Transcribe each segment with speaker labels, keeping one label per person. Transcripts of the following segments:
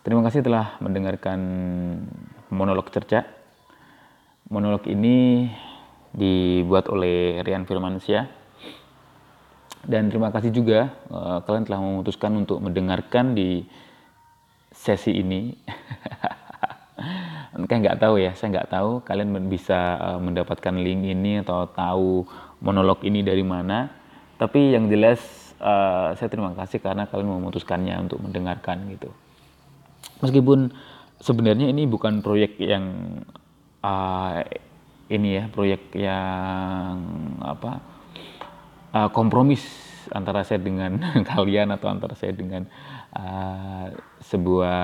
Speaker 1: Terima kasih telah mendengarkan monolog cerca. Monolog ini dibuat oleh Rian Firmansyah. Dan terima kasih juga kalian telah memutuskan untuk mendengarkan di sesi ini. Kayak nggak tahu ya, saya nggak tahu kalian bisa mendapatkan link ini atau tahu monolog ini dari mana. Tapi yang jelas saya terima kasih karena kalian memutuskannya untuk mendengarkan gitu. Meskipun sebenarnya ini bukan proyek yang proyek yang kompromis antara saya dengan kalian atau antara saya dengan sebuah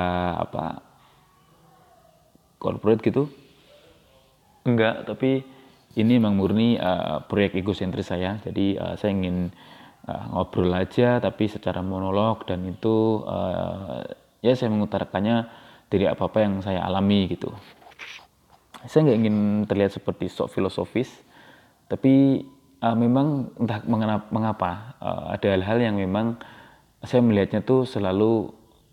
Speaker 1: corporate gitu. Enggak, tapi ini memang murni proyek egosentris saya. Jadi saya ingin ngobrol aja tapi secara monolog, dan itu ya saya mengutarakannya dari apa-apa yang saya alami gitu. Saya nggak ingin terlihat seperti sok filosofis, tapi memang entah mengapa ada hal-hal yang memang saya melihatnya tuh selalu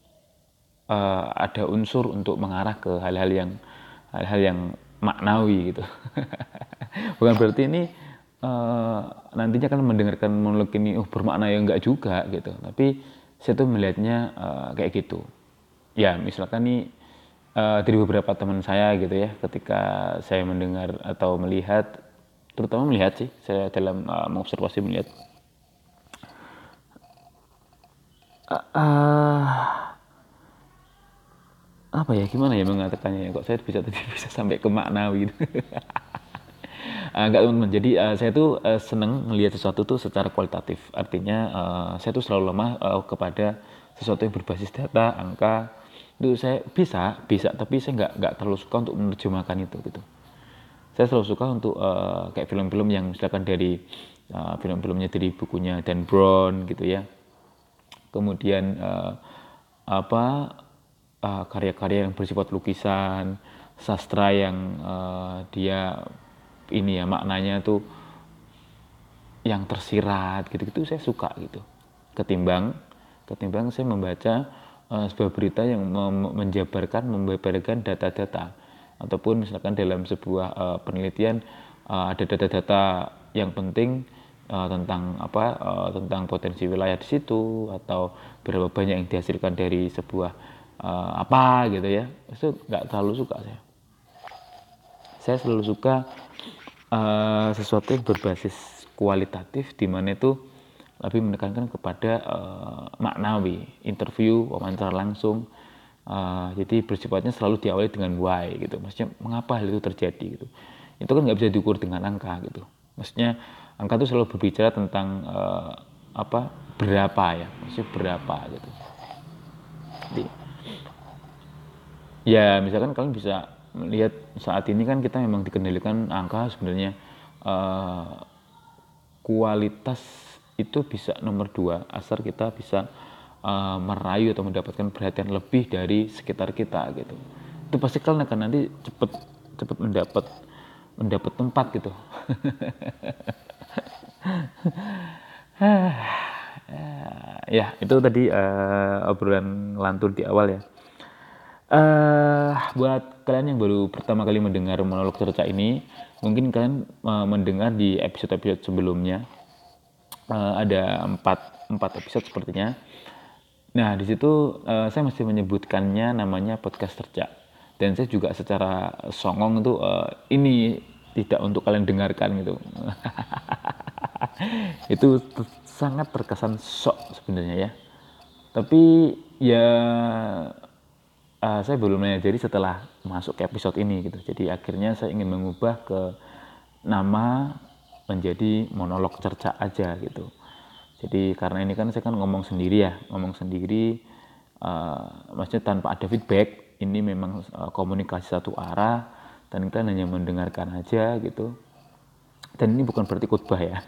Speaker 1: ada unsur untuk mengarah ke hal-hal yang maknawi gitu. Bukan berarti ini nantinya kan mendengarkan monolog ini bermakna, ya enggak juga gitu. Tapi saya tuh melihatnya kayak gitu. Ya misalkan nih dari beberapa teman saya gitu ya, ketika saya mendengar atau melihat, terutama melihat sih, saya dalam mengobservasi melihat apa ya, gimana ya mengatakannya ya, kok saya bisa sampai ke maknawi gitu. Enggak teman-teman, jadi saya tuh seneng melihat sesuatu tuh secara kualitatif. Artinya saya tuh selalu lemah kepada sesuatu yang berbasis data, angka. Itu saya bisa, tapi saya nggak terlalu suka untuk menerjemahkan itu gitu. Saya selalu suka untuk kayak film-film yang misalkan dari film-filmnya dari bukunya Dan Brown gitu ya. Kemudian karya-karya yang bersifat lukisan, sastra yang dia ini ya maknanya tuh yang tersirat gitu-gitu, saya suka gitu. Ketimbang saya membaca sebuah berita yang membeberkan data-data, ataupun misalkan dalam sebuah penelitian ada data-data yang penting tentang potensi wilayah di situ, atau berapa banyak yang dihasilkan dari sebuah gitu ya. Itu nggak terlalu suka saya. Saya selalu suka sesuatu yang berbasis kualitatif, di mana itu lebih menekankan kepada maknawi, interview, wawancara langsung. Jadi bersifatnya selalu diawali dengan why gitu. Maksudnya mengapa hal itu terjadi gitu. Itu kan nggak bisa diukur dengan angka gitu. Maksudnya angka itu selalu berbicara tentang berapa ya, maksudnya berapa gitu. Jadi, ya misalkan kalian bisa melihat saat ini kan kita memang dikendalikan angka sebenarnya. Kualitas itu bisa nomor 2 asal kita bisa merayu atau mendapatkan perhatian lebih dari sekitar kita gitu. Itu pasti kalian akan nanti cepet mendapat tempat gitu. Ya itu tadi obrolan ngelantur di awal ya. Buat kalian yang baru pertama kali mendengar monolog cerca ini, mungkin kalian mendengar di episode-episode sebelumnya. Ada 4 episode sepertinya. Nah di situ saya masih menyebutkannya namanya podcast cerca, dan saya juga secara songong itu ini tidak untuk kalian dengarkan gitu. Itu sangat terkesan sok sebenarnya ya. Tapi ya saya belum menyadari setelah masuk ke episode ini gitu. Jadi akhirnya saya ingin mengubah ke nama menjadi monolog cerca aja gitu. Jadi karena ini kan saya kan ngomong sendiri, maksudnya tanpa ada feedback. Ini memang komunikasi satu arah, dan kita hanya mendengarkan aja gitu. Dan ini bukan berarti khotbah ya.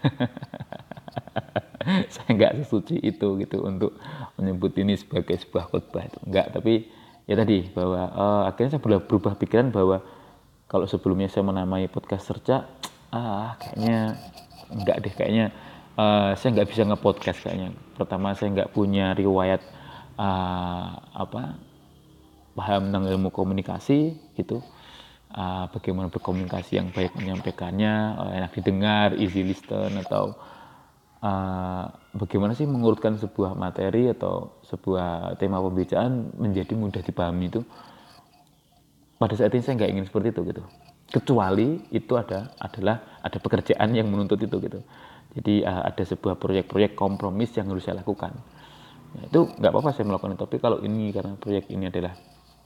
Speaker 1: Saya nggak setuju itu gitu untuk menyebut ini sebagai sebuah khotbah, itu enggak. Tapi ya tadi bahwa akhirnya saya berubah pikiran bahwa kalau sebelumnya saya menamai podcast cerca, kayaknya enggak deh, kayaknya saya nggak bisa nge-podcast kayaknya. Pertama saya nggak punya riwayat paham tentang ilmu komunikasi gitu, bagaimana berkomunikasi yang baik, menyampaikannya enak didengar, easy listen, atau bagaimana sih mengurutkan sebuah materi atau sebuah tema pembicaraan menjadi mudah dipahami itu. Pada saat ini saya nggak ingin seperti itu gitu, kecuali itu ada pekerjaan yang menuntut itu gitu. Jadi ada sebuah proyek-proyek kompromis yang harus saya lakukan. Nah, itu nggak apa-apa saya melakukan itu. Tapi kalau ini karena proyek ini adalah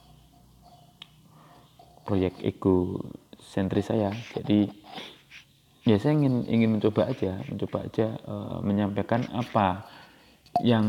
Speaker 1: proyek ego sentris saya, jadi ya saya ingin mencoba aja menyampaikan apa yang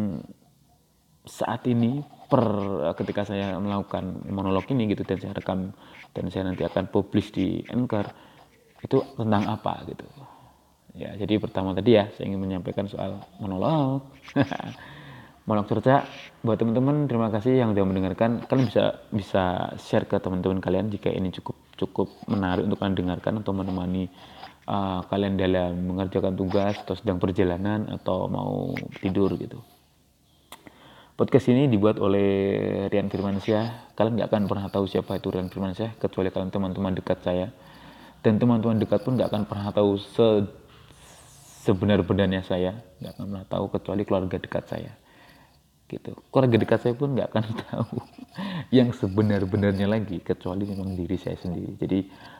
Speaker 1: saat ini ketika saya melakukan monolog ini gitu, dan saya rekam dan saya nanti akan publish di Anchor, itu tentang apa gitu ya. Jadi pertama tadi ya saya ingin menyampaikan soal monolog. Monolog cerca buat teman-teman, terima kasih yang sudah mendengarkan. Kalian bisa share ke teman-teman kalian jika ini cukup menarik untuk kalian dengarkan atau menemani kalian dalam mengerjakan tugas atau sedang perjalanan atau mau tidur gitu. Podcast ini dibuat oleh Rian Firmansyah. Kalian nggak akan pernah tahu siapa itu Rian Firmansyah kecuali kalian teman-teman dekat saya. Dan teman-teman dekat pun nggak akan pernah tahu sebenar-benarnya saya. Nggak akan pernah tahu kecuali keluarga dekat saya. Gitu. Keluarga dekat saya pun nggak akan tahu yang sebenar-benarnya lagi kecuali memang diri saya sendiri. Jadi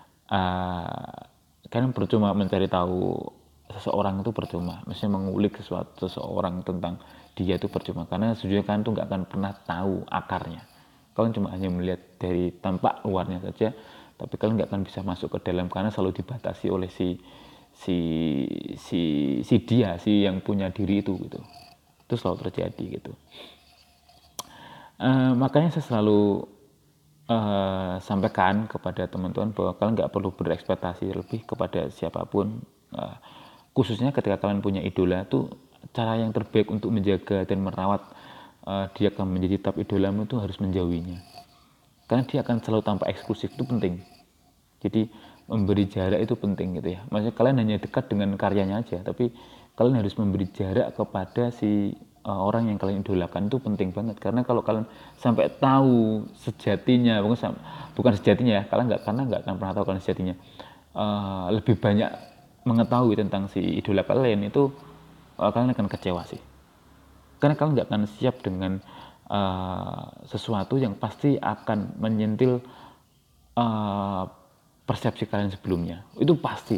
Speaker 1: kalian percuma mencari tahu seseorang itu, percuma. Maksudnya mengulik seseorang tentang dia itu percuma, karena sejujurnya kalian tuh nggak akan pernah tahu akarnya. Kalian cuma hanya melihat dari tampak luarnya saja, tapi kalian nggak akan bisa masuk ke dalam karena selalu dibatasi oleh dia yang punya diri itu gitu. Itu selalu terjadi gitu. Makanya saya selalu sampaikan kepada teman-teman bahwa kalian nggak perlu berekspektasi lebih kepada siapapun, khususnya ketika kalian punya idola. Tuh cara yang terbaik untuk menjaga dan merawat dia akan menjadi tetap idolamu itu harus menjauhinya, karena dia akan selalu tampak eksklusif. Itu penting. Jadi memberi jarak itu penting gitu ya. Maksudnya kalian hanya dekat dengan karyanya aja, tapi kalian harus memberi jarak kepada si orang yang kalian idolakan. Itu penting banget, karena kalau kalian sampai tahu sejatinya, bukan sejatinya ya, kalian nggak akan pernah tahu kalian sejatinya. Lebih banyak mengetahui tentang si idola kalian itu, kalian akan kecewa sih, karena kalian nggak akan siap dengan sesuatu yang pasti akan menyentil persepsi kalian sebelumnya. Itu pasti.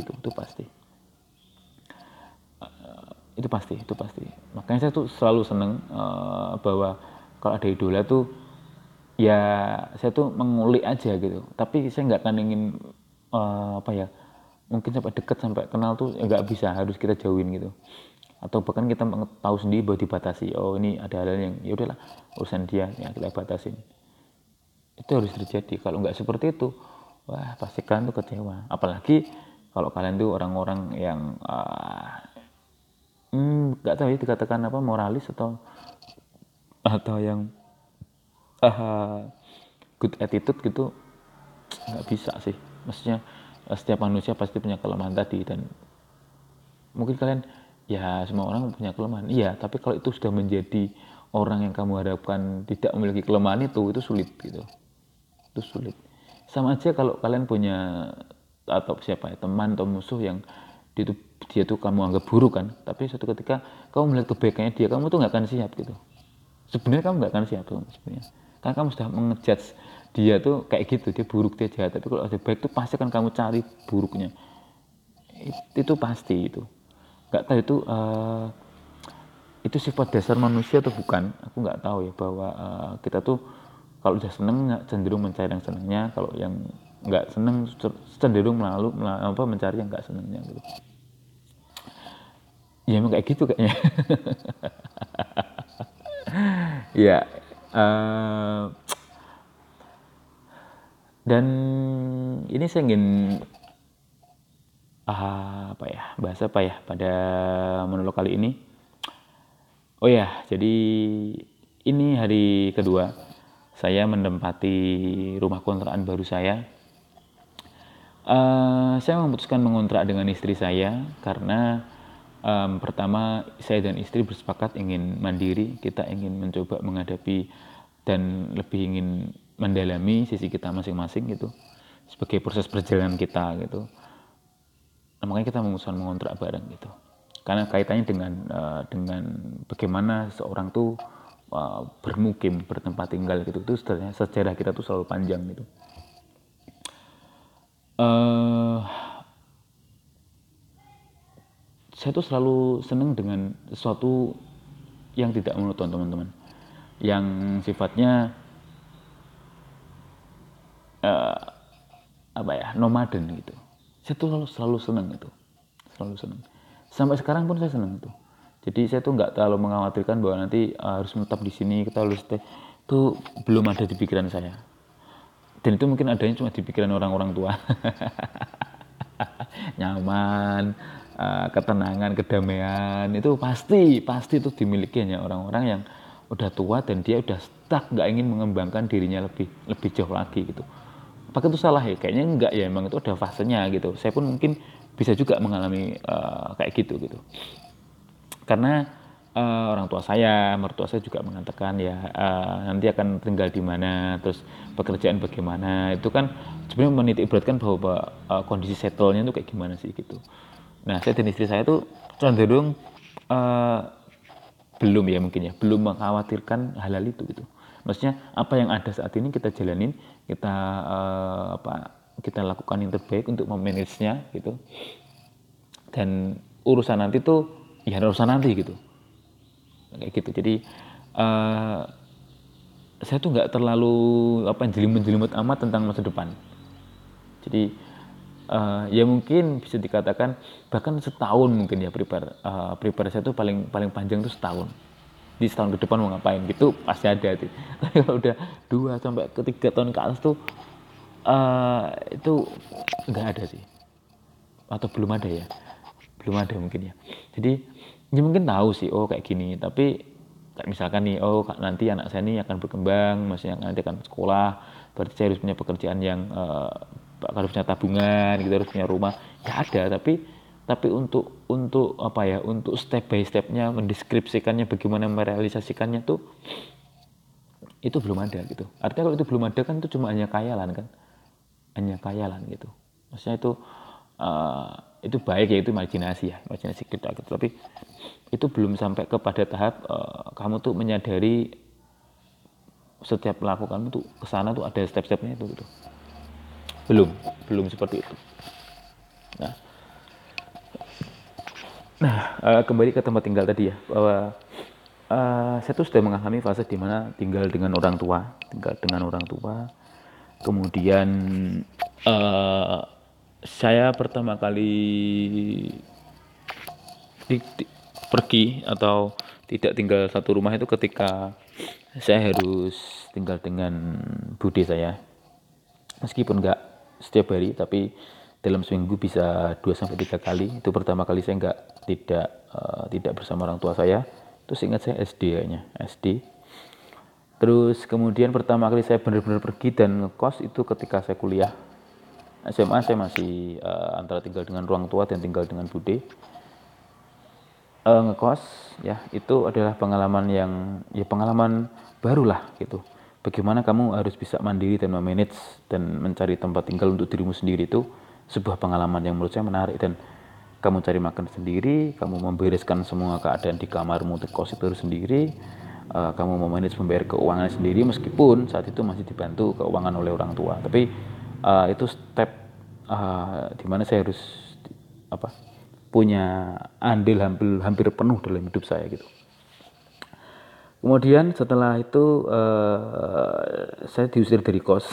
Speaker 1: Itu pasti. Makanya saya tuh selalu seneng bahwa kalau ada idola tuh ya saya tuh mengulik aja gitu. Tapi saya nggak akan ingin mungkin sampai deket, sampai kenal tuh ya nggak bisa, harus kita jauhin gitu. Atau bahkan kita tahu sendiri bahwa dibatasi. Oh ini ada hal yang ya udahlah, urusan dia yang kita batasin. Itu harus terjadi. Kalau nggak seperti itu, wah pasti kalian tuh kecewa. Apalagi kalau kalian tuh orang-orang yang nggak tahu ya dikatakan apa, moralis atau yang good attitude gitu, nggak bisa sih. Maksudnya setiap manusia pasti punya kelemahan tadi, dan mungkin kalian ya semua orang punya kelemahan, iya, tapi kalau itu sudah menjadi orang yang kamu harapkan tidak memiliki kelemahan itu sulit gitu. Itu sulit. Sama aja kalau kalian punya atau siapa ya, teman atau musuh yang dia tuh kamu anggap buruk kan, tapi suatu ketika kamu melihat kebaikannya dia, kamu tuh nggak akan siap gitu. Sebenarnya kamu nggak akan siap tuh sebenarnya, karena kamu sudah mengejudge dia tuh kayak gitu, dia buruk, dia jahat. Tapi kalau ada baik tuh pasti akan kamu cari buruknya. Itu pasti itu. Nggak tahu itu sifat dasar manusia atau bukan, aku nggak tahu ya, bahwa kita tuh kalau udah seneng cenderung mencari yang senengnya, kalau yang nggak seneng cenderung mencari yang nggak senengnya gitu. Ya emang kayak gitu kayaknya. Ya dan ini saya ingin bahas apa ya pada monolog kali ini. Oh ya, jadi ini hari kedua saya menempati rumah kontrakan baru saya. Saya memutuskan mengontrak dengan istri saya karena pertama saya dan istri bersepakat ingin mandiri, kita ingin mencoba menghadapi dan lebih ingin mendalami sisi kita masing-masing gitu sebagai proses perjalanan kita gitu. Nah, makanya kita memutuskan mengontrak bareng gitu. Karena kaitannya dengan bagaimana seorang tuh bermukim, bertempat tinggal gitu. Itu sejarah kita tuh selalu panjang gitu. Saya tuh selalu seneng dengan sesuatu yang tidak monoton, teman-teman. Yang sifatnya nomaden gitu. Saya tuh selalu seneng itu, selalu seneng. Sampai sekarang pun saya seneng itu. Jadi saya tuh nggak terlalu mengkhawatirkan bahwa nanti harus menetap di sini, kita harus stay. Itu belum ada di pikiran saya. Dan itu mungkin adanya cuma di pikiran orang-orang tua. Nyaman, ketenangan, kedamaian itu pasti itu dimiliki hanya orang-orang yang udah tua dan dia udah stuck, nggak ingin mengembangkan dirinya lebih jauh lagi gitu. Apakah itu salah ya? Kayaknya enggak ya, emang itu ada fasenya gitu. Saya pun mungkin bisa juga mengalami kayak gitu. Karena orang tua saya, mertua saya juga mengatakan ya nanti akan tinggal di mana, terus pekerjaan bagaimana. Itu kan sebenarnya menitik beratkan bahwa kondisi settle-nya itu kayak gimana sih gitu. Nah, saya dan istri saya tuh cenderung belum ya mungkin ya, belum mengkhawatirkan hal-hal itu gitu. Maksudnya apa yang ada saat ini kita jalanin, kita lakukan yang terbaik untuk memanage-nya gitu. Dan urusan nanti tuh ya urusan nanti gitu. Kayak gitu. Jadi saya tuh nggak terlalu jelimet-jelimet amat tentang masa depan. Jadi ya mungkin bisa dikatakan bahkan setahun mungkin ya prepare saya tuh paling panjang tuh setahun. Di setahun ke depan mau ngapain gitu pasti ada tuh. Tapi kalau udah 2 sampai ke 3 tahun ke atas tuh itu nggak ada sih, atau belum ada mungkin ya. Jadi ya mungkin tahu sih kayak gini, tapi kayak misalkan nih nanti anak saya ini akan berkembang, maksudnya nanti akan sekolah, berarti saya harus punya pekerjaan yang harus punya tabungan gitu, harus punya rumah ya ada, tapi untuk untuk step by stepnya mendeskripsikannya bagaimana merealisasikannya tuh itu belum ada gitu. Artinya kalau itu belum ada kan itu cuma hanya khayalan gitu. Maksudnya itu baik ya, itu imajinasi kita gitu. Tapi itu belum sampai kepada tahap kamu tuh menyadari setiap melakukan tuh kesana tuh ada step-stepnya itu gitu. Belum seperti itu. Nah, kembali ke tempat tinggal tadi ya, bahwa saya tuh sudah mengalami fase di mana tinggal dengan orang tua, kemudian saya pertama kali pergi atau tidak tinggal satu rumah itu ketika saya harus tinggal dengan bude saya. Meskipun nggak setiap hari, tapi dalam seminggu bisa 2-3 kali. Itu pertama kali saya tidak bersama orang tua saya. Itu seingat saya SD kayaknya, SD. Terus kemudian pertama kali saya benar-benar pergi dan ngekos itu ketika saya kuliah. SMA saya masih antara tinggal dengan orang tua dan tinggal dengan bude. Ngekos ya, itu adalah pengalaman barulah gitu. Bagaimana kamu harus bisa mandiri dan memanage dan mencari tempat tinggal untuk dirimu sendiri, itu sebuah pengalaman yang menurut saya menarik. Dan kamu cari makan sendiri, kamu membereskan semua keadaan di kamarmu, di kos itu sendiri, kamu memanage membayar keuangan sendiri, meskipun saat itu masih dibantu keuangan oleh orang tua. Tapi itu step di mana saya harus punya andil hampir penuh dalam hidup saya gitu. Kemudian setelah itu saya diusir dari kos.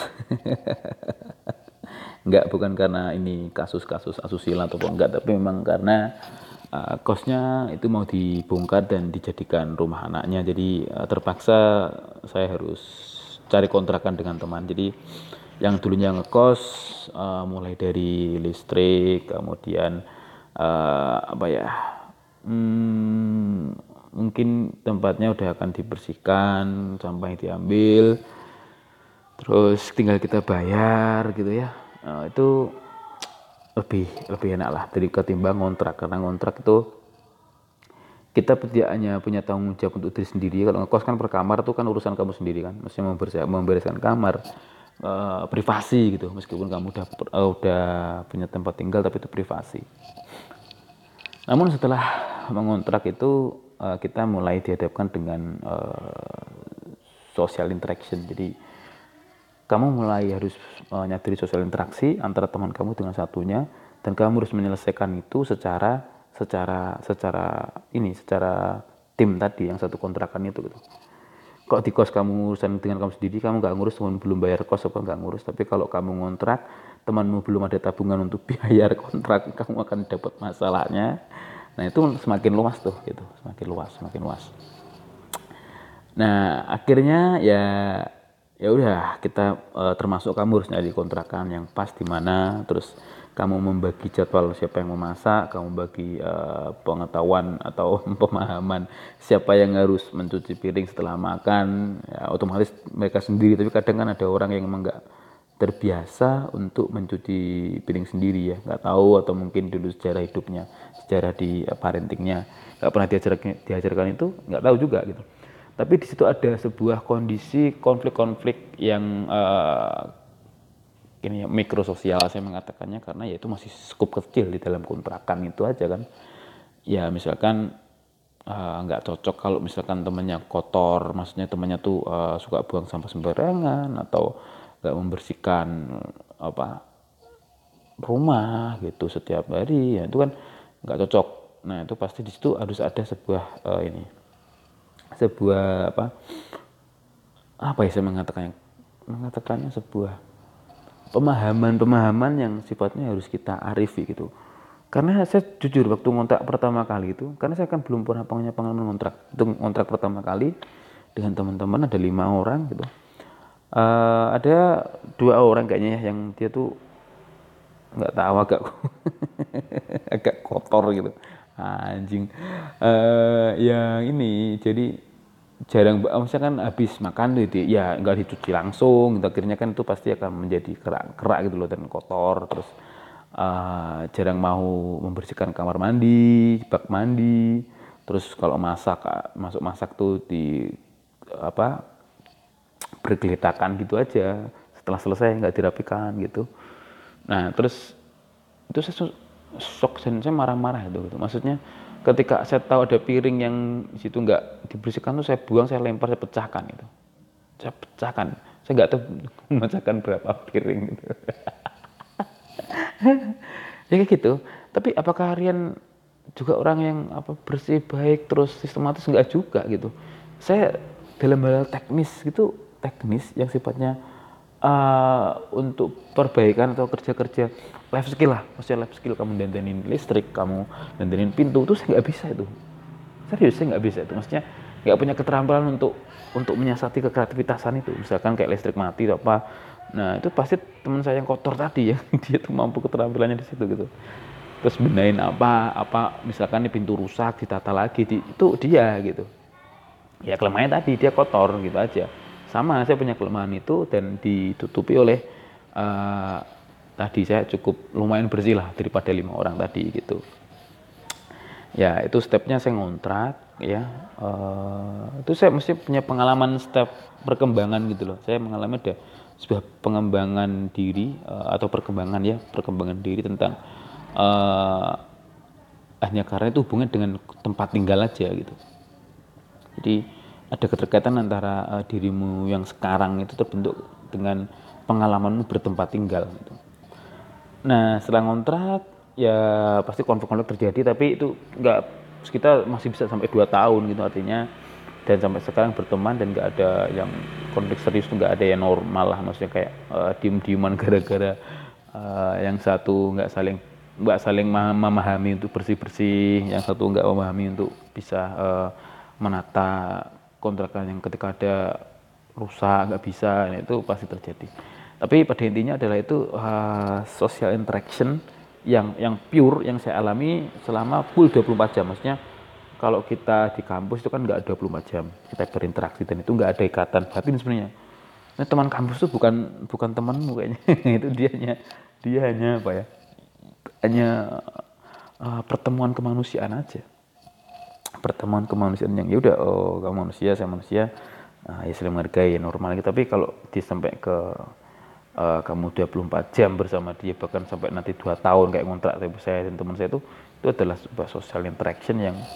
Speaker 1: Bukan karena ini kasus-kasus asusila atau enggak, tapi memang karena kosnya itu mau dibongkar dan dijadikan rumah anaknya. Jadi terpaksa saya harus cari kontrakan dengan teman. Jadi yang dulunya ngekos mulai dari listrik, kemudian mungkin tempatnya udah akan dibersihkan, sampah diambil, terus tinggal kita bayar gitu ya. Itu lebih enak lah dari ketimbang ngontrak, karena ngontrak itu kita tidak hanya punya tanggung jawab untuk diri sendiri. Kalau ngekos kan per kamar tuh kan urusan kamu sendiri kan, mesti membereskan kamar, privasi gitu. Meskipun kamu udah punya tempat tinggal, tapi itu privasi. Namun setelah mengontrak itu kita mulai dihadapkan dengan social interaction. Jadi kamu mulai harus nyadari sosial interaksi antara teman kamu dengan satunya, dan kamu harus menyelesaikan itu secara tim tadi yang satu kontrakan itu gitu. Kok di kos kamu urusan dengan kamu sendiri, kamu nggak ngurus, teman belum bayar kos apa nggak ngurus. Tapi kalau kamu ngontrak, temanmu belum ada tabungan untuk biaya kontrak, kamu akan dapat masalahnya. Nah itu semakin luas tuh gitu, semakin luas. Nah akhirnya ya udah kita termasuk kamu harus nyari kontrakan yang pas di mana, terus kamu membagi jadwal siapa yang memasak, kamu bagi pengetahuan atau pemahaman siapa yang harus mencuci piring setelah makan. Ya, otomatis mereka sendiri, tapi kadang kan ada orang yang emang nggak terbiasa untuk mencuci piring sendiri ya, nggak tahu, atau mungkin dulu sejarah hidupnya, sejarah di parentingnya nggak pernah diajarkan itu, nggak tahu juga gitu. Tapi di situ ada sebuah kondisi konflik-konflik yang ini ya, mikrososial saya mengatakannya, karena ya itu masih skup kecil di dalam kontrakan itu aja kan. Ya misalkan nggak cocok kalau misalkan temannya kotor, maksudnya temannya tuh suka buang sampah sembarangan atau nggak membersihkan rumah gitu setiap hari, ya itu kan nggak cocok. Nah itu pasti di situ harus ada sebuah apa ya saya mengatakannya sebuah pemahaman yang sifatnya harus kita arifi gitu. Karena saya jujur waktu ngontrak pertama kali itu, karena saya kan belum pernah punya pengalaman ngontrak. Itu ngontrak pertama kali dengan teman-teman ada 5 orang gitu. Ada 2 orang kayaknya ya yang dia tuh nggak tahu agak kotor gitu. Anjing. Yang ini jadi jarang, misalnya kan habis makan gitu ya nggak dicuci langsung gitu, akhirnya kan itu pasti akan menjadi kerak gitu loh dan kotor. Terus jarang mau membersihkan kamar mandi, bak mandi. Terus kalau masuk masak tuh di bergeletakan gitu aja, setelah selesai nggak dirapikan gitu. Nah terus itu saya shock dan saya marah-marah gitu. Maksudnya ketika saya tahu ada piring yang di situ nggak dibersihkan tuh saya buang, saya lempar, saya pecahkan gitu. Saya pecahkan. Saya nggak tahu memecahkan berapa piring gitu. Ya kayak gitu. Tapi apakah Rian juga orang yang bersih, baik, terus sistematis? Nggak juga gitu. Saya dalam hal teknis yang sifatnya untuk perbaikan atau kerja-kerja life skill lah, maksudnya life skill, kamu dandanin listrik, kamu dandanin pintu, itu saya nggak bisa itu. Serius saya nggak bisa itu, maksudnya nggak punya keterampilan untuk menyiasati kekreativitasan itu. Misalkan kayak listrik mati atau apa, nah itu pasti teman saya yang kotor tadi ya dia tuh mampu keterampilannya di situ gitu. Terus benain misalkan ini pintu rusak ditata lagi, itu dia gitu. Ya kelemahannya tadi dia kotor gitu aja. Sama saya punya kelemahan itu dan ditutupi oleh tadi saya cukup lumayan bersih lah daripada 5 orang tadi gitu. Ya itu stepnya saya ngontrak ya. Itu saya mesti punya pengalaman step perkembangan gitu loh. Saya mengalami ada sebuah pengembangan diri atau perkembangan diri tentang hanya karena itu hubungan dengan tempat tinggal aja gitu. Jadi ada keterkaitan antara dirimu yang sekarang itu terbentuk dengan pengalamanmu bertempat tinggal gitu. Nah setelah ngontrak ya pasti konflik-konflik terjadi, tapi itu nggak, kita masih bisa sampai 2 tahun gitu artinya, dan sampai sekarang berteman dan nggak ada yang konflik serius, tuh nggak ada yang normal lah, maksudnya kayak diem-dieman gara-gara yang satu nggak saling memahami untuk bersih-bersih, yang satu nggak memahami untuk bisa menata kontrakan yang ketika ada rusak nggak bisa, itu pasti terjadi. Tapi pada intinya adalah itu social interaction yang pure yang saya alami selama full 24 jam. Maksudnya kalau kita di kampus itu kan nggak 24 jam kita berinteraksi, dan itu nggak ada ikatan batin sebenarnya. Nah, teman kampus itu bukan temanmu kayaknya. Itu dia hanya hanya pertemuan kemanusiaan aja. pertemuan kemanusiaan yang ya udah, oh kamu manusia saya manusia, ya saling menghargai normal gitu. Tapi kalau sampai ke kamu 24 jam bersama dia, bahkan sampai nanti 2 tahun kayak kontrak saya dan teman saya itu adalah sebuah social interaction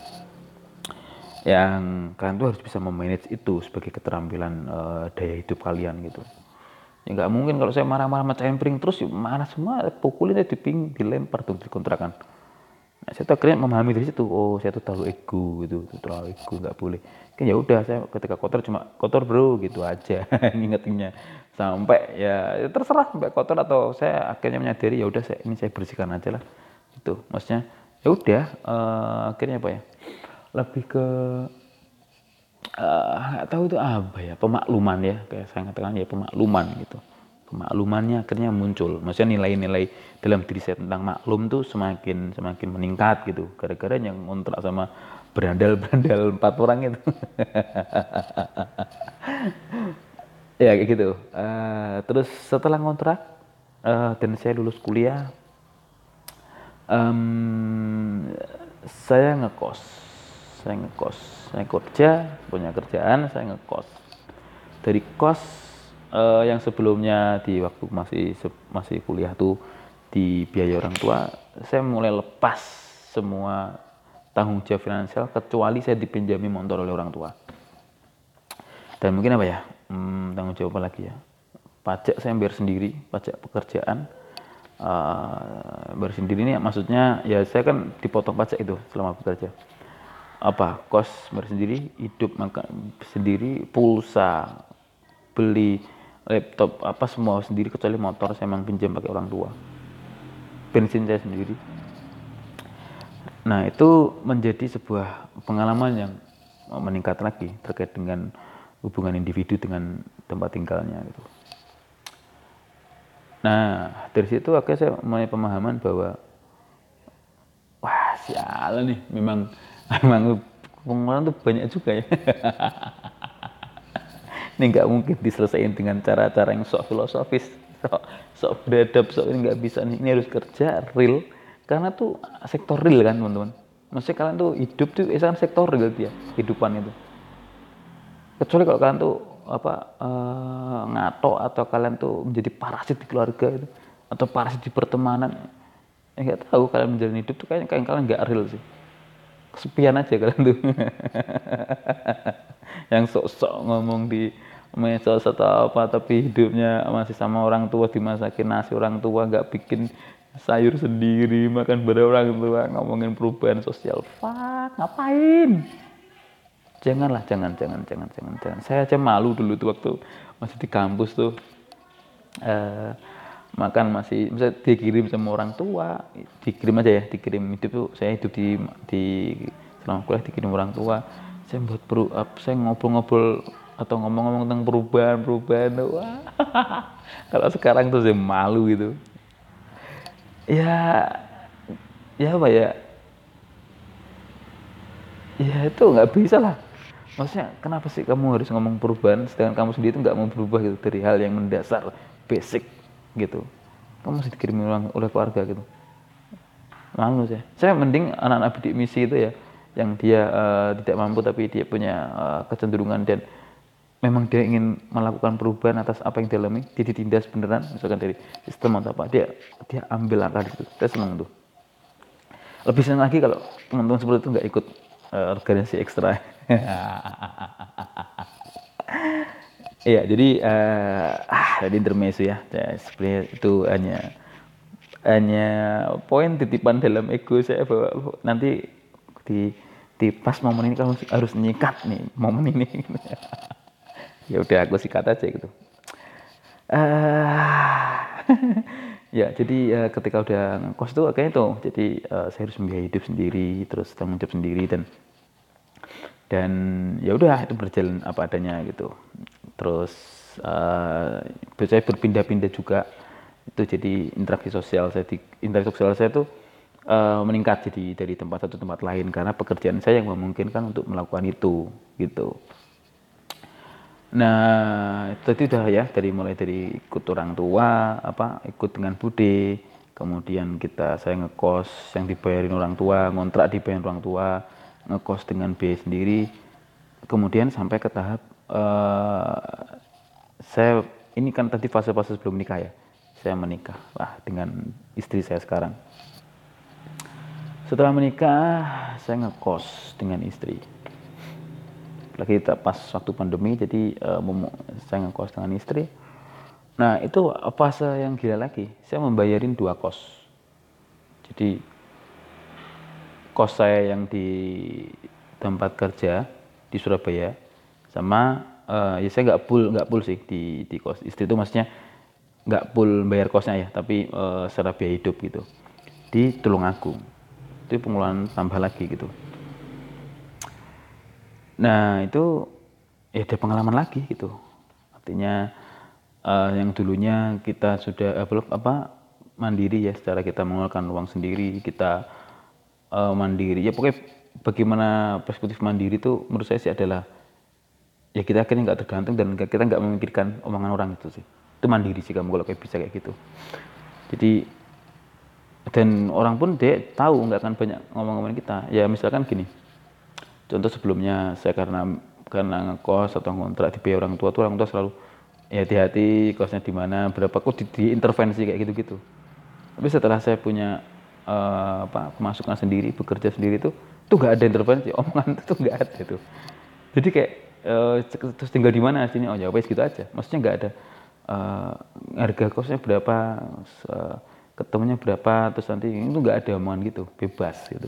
Speaker 1: yang kalian tuh harus bisa memanage itu sebagai keterampilan daya hidup kalian gitu. Ya nggak mungkin kalau saya marah-marah mecahin piring terus, ya marah semua, pukulin aja dilempar tuh di kontrakan. Nah, saya tuh akhirnya memahami dari situ, oh saya tuh terlalu ego gitu, terlalu ego, nggak boleh. Kan ya udah, saya ketika kotor cuma kotor bro gitu aja ngingetinnya. Sampai ya terserah sampai kotor, atau saya akhirnya menyadari ya udah ini saya bersihkan aja lah. Itu maksudnya ya udah, akhirnya apa ya? Lebih ke nggak tahu itu apa ya, pemakluman ya, kayak saya katakan ya pemakluman gitu. Pemaklumannya akhirnya muncul, maksudnya nilai-nilai dalam diri saya tentang maklum tuh semakin meningkat gitu, gara-gara yang ngontrak sama berandal 4 orang itu. Ya kayak gitu. Terus setelah ngontrak dan saya lulus kuliah, saya ngekos, saya kerja, punya kerjaan, saya ngekos. Dari kos yang sebelumnya di waktu masih kuliah tuh dibiayai orang tua, saya mulai lepas semua tanggung jawab finansial kecuali saya dipinjami motor oleh orang tua. Dan mungkin apa ya, tanggung jawab apa lagi ya, pajak saya bayar sendiri, pajak pekerjaan. Bayar sendiri ini maksudnya ya saya kan dipotong pajak itu selama bekerja. Kos bayar sendiri, hidup makan sendiri, pulsa, beli laptop semua sendiri, kecuali motor saya memang pinjam pakai orang tua, bensin saya sendiri. Nah itu menjadi sebuah pengalaman yang meningkat lagi terkait dengan hubungan individu dengan tempat tinggalnya gitu. Nah dari situ akhirnya saya mulai pemahaman bahwa wah sialan nih, memang pengeluaran tuh banyak juga ya. Ini nggak mungkin diselesaikan dengan cara-cara yang sok filosofis, sok beradab, sok ini nggak bisa nih. Ini harus kerja real, karena tuh sektor real kan teman-teman. Maksudnya kalian tuh hidup tuh kan sektor real dia, kehidupan itu. Kecuali kalau kalian tuh ngato, atau kalian tuh menjadi parasit di keluarga itu, atau parasit di pertemanan. Ya nggak tahu, kalian menjalani hidup tuh kayaknya kalian nggak real sih. Kesepian aja kalian tuh. Yang sok-sok ngomong di medsos atau apa, tapi hidupnya masih sama orang tua, dimasakin nasi orang tua, nggak bikin sayur sendiri, makan bareng orang tua, ngomongin perubahan sosial. Fuck, ngapain? Janganlah, jangan. Saya aja malu dulu tuh waktu masih di kampus tuh. Makan masih bisa dikirim sama orang tua, dikirim aja ya, dikirim hidup tuh. Saya hidup di selama kuliah dikirim orang tua. Saya saya ngobrol-ngobrol atau ngomong-ngomong tentang perubahan. Wah. Kalau sekarang tuh saya malu gitu. Ya apa ya? Ya itu nggak bisa lah. Maksudnya kenapa sih kamu harus ngomong perubahan sedangkan kamu sendiri itu nggak mau berubah gitu dari hal yang mendasar, basic gitu. Kamu masih dikirim oleh keluarga gitu. Malu saya mending anak-anak bidik misi itu ya, yang dia tidak mampu tapi dia punya kecenderungan dan memang dia ingin melakukan perubahan atas apa yang dialami, dia ditindas beneran misalkan dari sistem atau apa, dia ambil langkah itu. Saya senang tuh. Lebih senang lagi kalau teman-teman seperti itu nggak ikut organisasi ekstra. Iya, jadi tadi intermezzo ya. Sebenarnya itu hanya poin titipan dalam ego saya bahwa nanti di pas momen ini kamu harus nyikat nih momen ini. Ya udah aku sikat aja gitu. Ya jadi ketika udah ngekos tuh kayaknya tuh jadi saya harus membiayai hidup sendiri, terus tanggung jawab sendiri, dan ya udah itu berjalan apa adanya gitu. Terus saya berpindah-pindah juga itu, jadi interaksi sosial saya tuh meningkat jadi dari tempat satu tempat lain karena pekerjaan saya yang memungkinkan untuk melakukan itu gitu. Nah itu udah ya, mulai dari ikut orang tua, ikut dengan bude, kemudian saya ngekos yang dibayarin orang tua, ngontrak dibayarin orang tua, ngekos dengan biaya sendiri, kemudian sampai ke tahap saya ini kan tadi fase-fase sebelum nikah ya, saya menikah dengan istri saya sekarang. Setelah menikah saya ngekos dengan istri, lagi pas waktu pandemi, jadi saya ngekos dengan istri. Nah itu fase yang gila lagi, saya membayarin 2 kos. Jadi kos saya yang di tempat kerja di Surabaya sama ya saya nggak full sih di kos istri itu, maksudnya nggak full bayar kosnya ya, tapi secara biaya hidup gitu di Tulungagung. Itu pengeluaran tambah lagi gitu. Nah itu ya ada pengalaman lagi gitu, artinya yang dulunya kita sudah belum mandiri ya, secara kita mengeluarkan uang sendiri, kita mandiri ya, pokoknya bagaimana perspektif mandiri itu menurut saya sih adalah ya kita akhirnya nggak tergantung dan kita nggak memikirkan omongan orang, itu mandiri sih kamu kalau kayak bisa kayak gitu. Jadi dan orang pun dia tahu nggak akan banyak ngomong-ngomongin kita ya. Misalkan gini, contoh sebelumnya saya karena ngekos atau ngontrak dibayar orang tua tuh, orang tua selalu ya hati-hati kosnya di mana, berapa kok diintervensi kayak gitu-gitu. Tapi setelah saya punya pemasukan sendiri, bekerja sendiri tuh nggak ada intervensi, omongan itu tuh nggak ada tuh. Jadi kayak terus tinggal di mana sini, oh ya wes gitu aja, maksudnya nggak ada harga kosnya berapa, ketemunya berapa, terus nanti itu nggak ada omongan gitu, bebas gitu.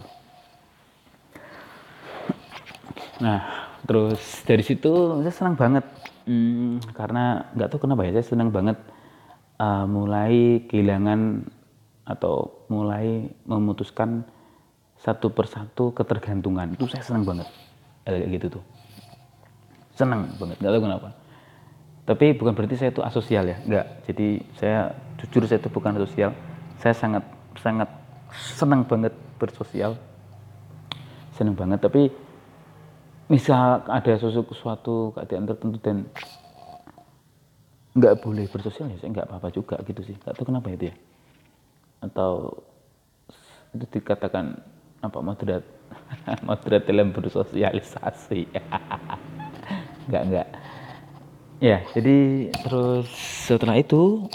Speaker 1: Nah terus dari situ saya senang banget, karena nggak tahu kenapa ya, saya senang banget mulai kehilangan atau mulai memutuskan satu persatu ketergantungan. Itu saya senang banget kayak gitu tuh, senang banget, nggak tahu kenapa. Tapi bukan berarti saya itu asosial ya, enggak. Jadi saya jujur, saya itu bukan asosial, saya sangat sangat senang banget bersosial, senang banget. Tapi misal ada suatu keadaan tertentu dan nggak boleh bersosial ya saya nggak apa-apa juga gitu sih, nggak tahu kenapa itu ya, atau itu dikatakan moderat moderat dalam bersosialisasi. Enggak ya. Jadi terus setelah itu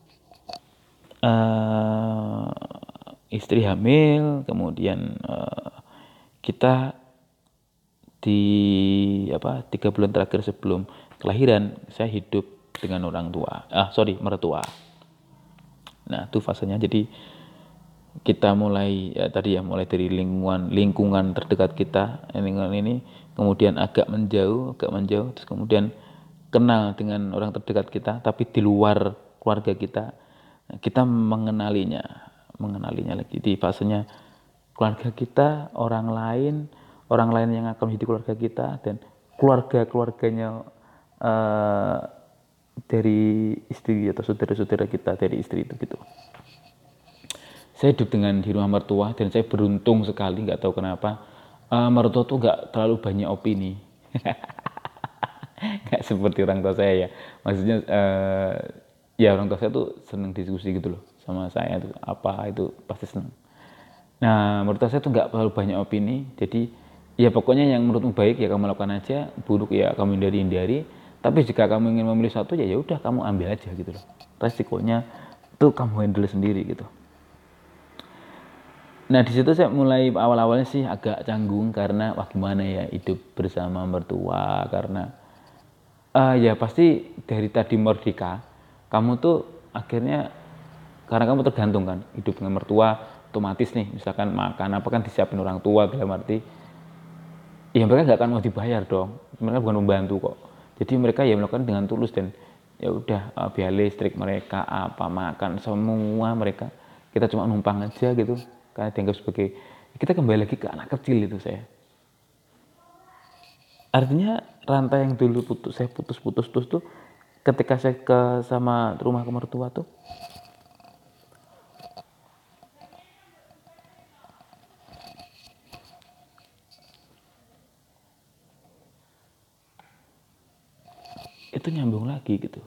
Speaker 1: istri hamil, kemudian kita di 3 bulan terakhir sebelum kelahiran saya hidup dengan mertua. Nah itu fasenya. Jadi kita mulai mulai dari lingkungan terdekat kita, lingkungan ini, kemudian agak menjauh, terus kemudian kenal dengan orang terdekat kita, tapi di luar keluarga kita, kita mengenalinya lagi di fasenya keluarga kita, orang lain yang akan menjadi keluarga kita, dan keluarganya dari istri atau saudara-saudara kita dari istri itu gitu. Saya hidup di rumah mertua dan saya beruntung sekali, nggak tahu kenapa mertua tuh nggak terlalu banyak opini. Nggak seperti orang tua saya ya, maksudnya ya orang tua saya tuh seneng diskusi gitu loh sama saya, itu pasti seneng. Nah mertua saya tuh nggak terlalu banyak opini, jadi ya pokoknya yang menurutmu baik ya kamu lakukan aja, buruk ya kamu hindari. Tapi jika kamu ingin memilih satu ya udah kamu ambil aja gitu loh, resikonya tuh kamu handle sendiri gitu. Nah di situ saya mulai awal-awalnya sih agak canggung, karena wah gimana ya hidup bersama mertua, karena ya pasti dari tadi merdeka kamu tuh akhirnya, karena kamu tergantung kan hidup dengan mertua, otomatis nih misalkan makan apa kan disiapin orang tua, dalam arti ya mereka nggak akan mau dibayar dong, mereka bukan membantu kok, jadi mereka ya melakukan dengan tulus, dan ya udah biaya listrik mereka, apa makan semua mereka, kita cuma numpang aja gitu, karena dianggap sebagai kita kembali lagi ke anak kecil itu saya. Artinya rantai yang dulu saya putus tuh ketika saya sama rumah ke mertua tuh itu nyambung lagi gitu,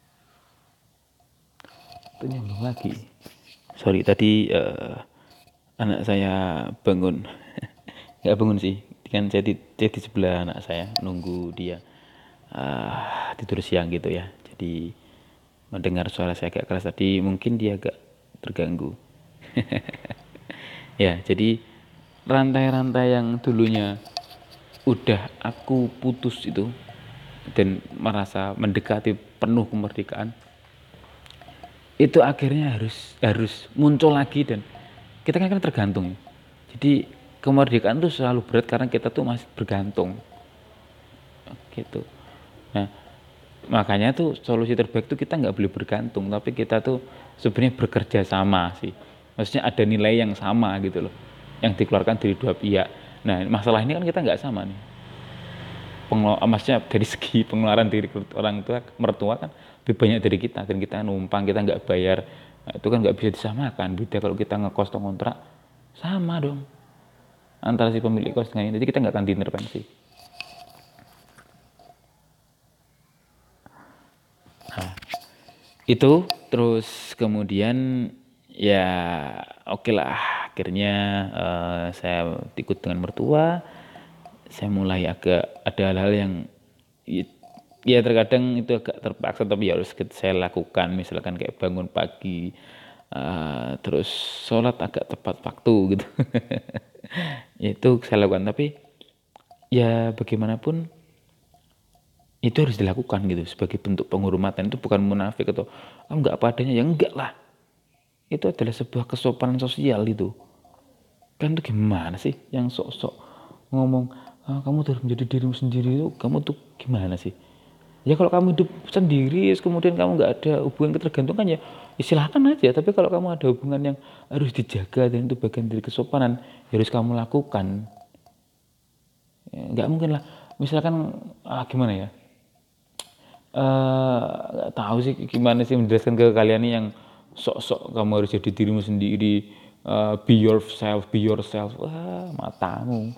Speaker 1: itu nyambung lagi. Sorry tadi anak saya bangun. Nggak bangun sih, kan saya di sebelah anak saya nunggu dia tidur siang gitu ya. Jadi mendengar suara saya agak keras tadi, mungkin dia agak terganggu. Ya, jadi rantai-rantai yang dulunya udah aku putus itu dan merasa mendekati penuh kemerdekaan, itu akhirnya harus harus muncul lagi. Dan kita kan tergantung. Jadi kemerdekaan tuh selalu berat karena kita tuh masih bergantung gitu. Nah, makanya tuh solusi terbaik tuh kita nggak boleh bergantung, tapi kita tuh sebenarnya bekerja sama sih. Maksudnya ada nilai yang sama gitu loh, yang dikeluarkan dari dua pihak. Nah, masalah ini kan kita nggak sama nih. Maksudnya dari segi pengeluaran dari orang tua, mertua kan lebih banyak dari kita, dan kita numpang, kita nggak bayar. Nah, itu kan nggak bisa disamakan. Beda kalau kita ngekos atau kontrak, sama dong antara si pemilik kos dengan ini. Jadi kita nggak akan diintervensi. Itu terus kemudian ya oke lah, akhirnya saya ikut dengan mertua. Saya mulai agak ada hal-hal yang ya terkadang itu agak terpaksa, tapi ya harus saya lakukan, misalkan kayak bangun pagi, terus sholat agak tepat waktu gitu. Itu saya lakukan, tapi ya bagaimanapun itu harus dilakukan gitu sebagai bentuk penghormatan. Itu bukan munafik atau enggak apa adanya, ya enggak lah. Itu adalah sebuah kesopanan sosial itu. Kan tuh gimana sih yang sok-sok ngomong kamu harus menjadi dirimu sendiri, itu kamu tuh gimana sih? Ya kalau kamu hidup sendiri kemudian kamu nggak ada hubungan ketergantungan, ya silahkan aja. Tapi kalau kamu ada hubungan yang harus dijaga dan itu bagian dari kesopanan, ya harus kamu lakukan. Ya, nggak mungkin lah misalkan gimana ya, nggak tahu sih gimana sih menjelaskan ke kalian nih yang sok-sok kamu harus jadi dirimu sendiri, be yourself, wah matamu.